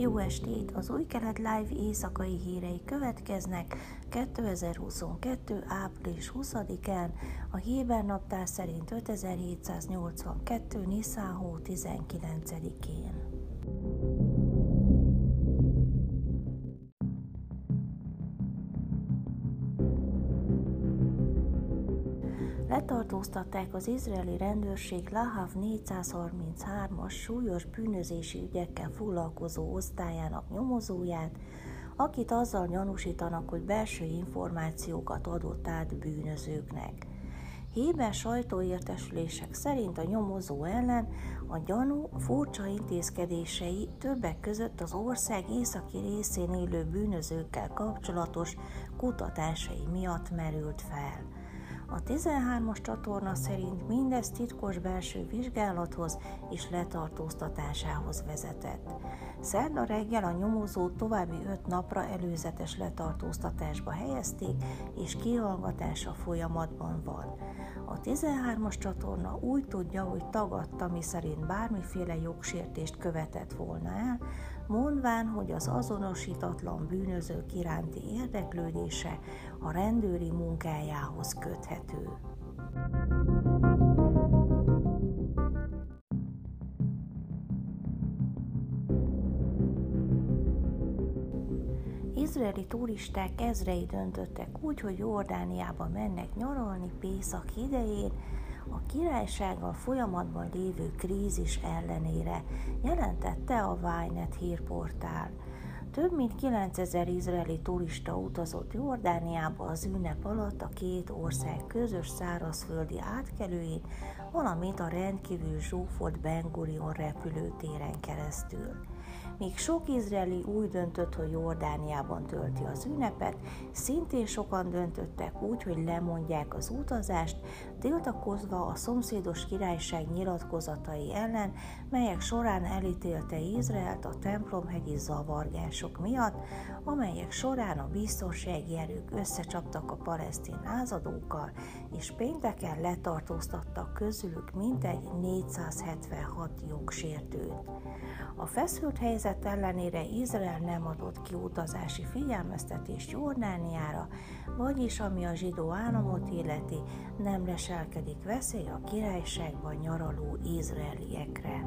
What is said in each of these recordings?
Jó estét! Az Új Kelet Live éjszakai hírei következnek 2022. április 20-án, a Héber naptár szerint 5782. Niszán hó 19-én. Letartóztatták az izraeli rendőrség Lahav 433-as súlyos bűnözési ügyekkel foglalkozó osztályának nyomozóját, akit azzal gyanúsítanak, hogy belső információkat adott át bűnözőknek. Héber sajtóértesülések szerint a nyomozó ellen a gyanú furcsa intézkedései többek között az ország északi részén élő bűnözőkkel kapcsolatos kutatásai miatt merült fel. A 13-as csatorna szerint mindez titkos belső vizsgálathoz és letartóztatásához vezetett. Szerda reggel a nyomozót további 5 napra előzetes letartóztatásba helyezték, és kihallgatása folyamatban van. A 13-as csatorna úgy tudja, hogy tagadta, miszerint bármiféle jogsértést követett volna el, mondván, hogy az azonosítatlan bűnözők iránti érdeklődése a rendőri munkájához köthető. Izraeli turisták ezrei döntöttek úgy, hogy Jordániába mennek nyaralni Pészak idején, a királysággal folyamatban lévő krízis ellenére, jelentette a Ynet hírportál. Több mint 9000 izraeli turista utazott Jordániába az ünnep alatt a két ország közös szárazföldi átkelőjén, valamint a rendkívül zsúfolt Ben Gurion repülőtéren keresztül. Míg sok izraeli úgy döntött, hogy Jordániában tölti az ünnepet, szintén sokan döntöttek úgy, hogy lemondják az utazást, tiltakozva a szomszédos királyság nyilatkozatai ellen, melyek során elítélte Izraelt a templomhegyi zavargások miatt, amelyek során a biztonsági erők összecsaptak a palesztin lázadókkal, és pénteken letartóztattak közülük mintegy 476 jogsértőt. A feszült helyzet ellenére Izrael nem adott ki utazási figyelmeztetést Jordániára, vagyis ami a zsidó államot illeti, nem leselkedik veszély a királyságban nyaraló izraeliekre.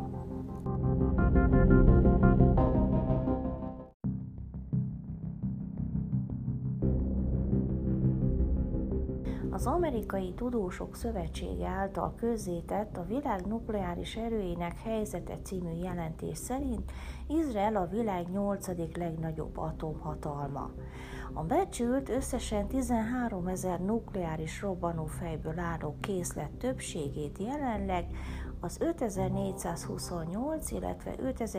Az Amerikai Tudósok Szövetsége által közzétett a világ nukleáris erőinek helyzete című jelentés szerint Izrael a világ 8. legnagyobb atomhatalma. A becsült összesen 13 000 nukleáris robbanófejből álló készlet többségét jelenleg az 5428, illetve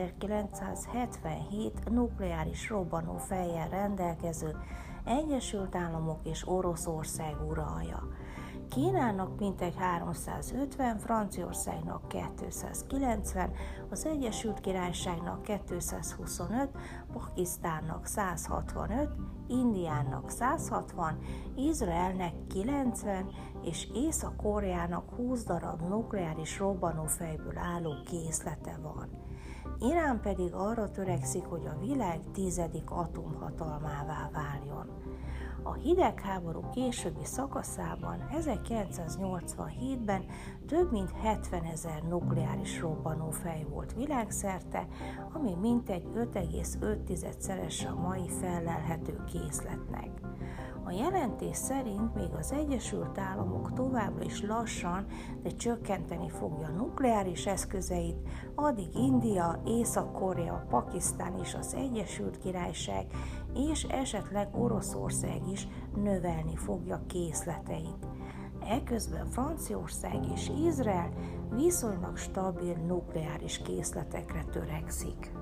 5977 nukleáris robbanófejjel rendelkező Egyesült Államok és Oroszország uralja. Kínának mintegy 350, Franciaországnak 290, az Egyesült Királyságnak 225, Pakisztánnak 165, Indiának 160, Izraelnek 90 és Észak-Koreának 20 darab nukleáris robbanófejből álló készlete van. Irán pedig arra törekszik, hogy a világ 10. atomhatalmává váljon. A hidegháború későbbi szakaszában 1987-ben több mint 70 000 nukleáris robbanófej volt világszerte, ami mintegy 5,5-szerese a mai fellelhető készletnek. A jelentés szerint még az Egyesült Államok továbbra is lassan, de csökkenteni fogja nukleáris eszközeit, addig India, Észak-Korea, Pakisztán és az Egyesült Királyság és esetleg Oroszország is növelni fogja készleteit. Eközben Franciaország és Izrael viszonylag stabil nukleáris készletekre törekszik.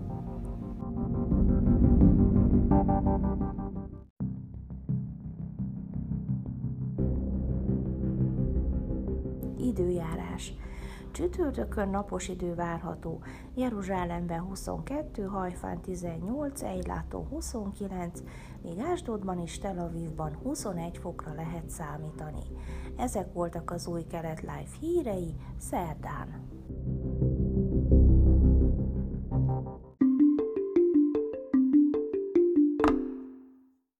Időjárás. Csütörtökön napos idő várható, Jeruzsálemben 22, Hajfán 18, Eiláton 29, míg Ásdodban és Tel Avivban 21 fokra lehet számítani. Ezek voltak az Új Kelet Live hírei szerdán.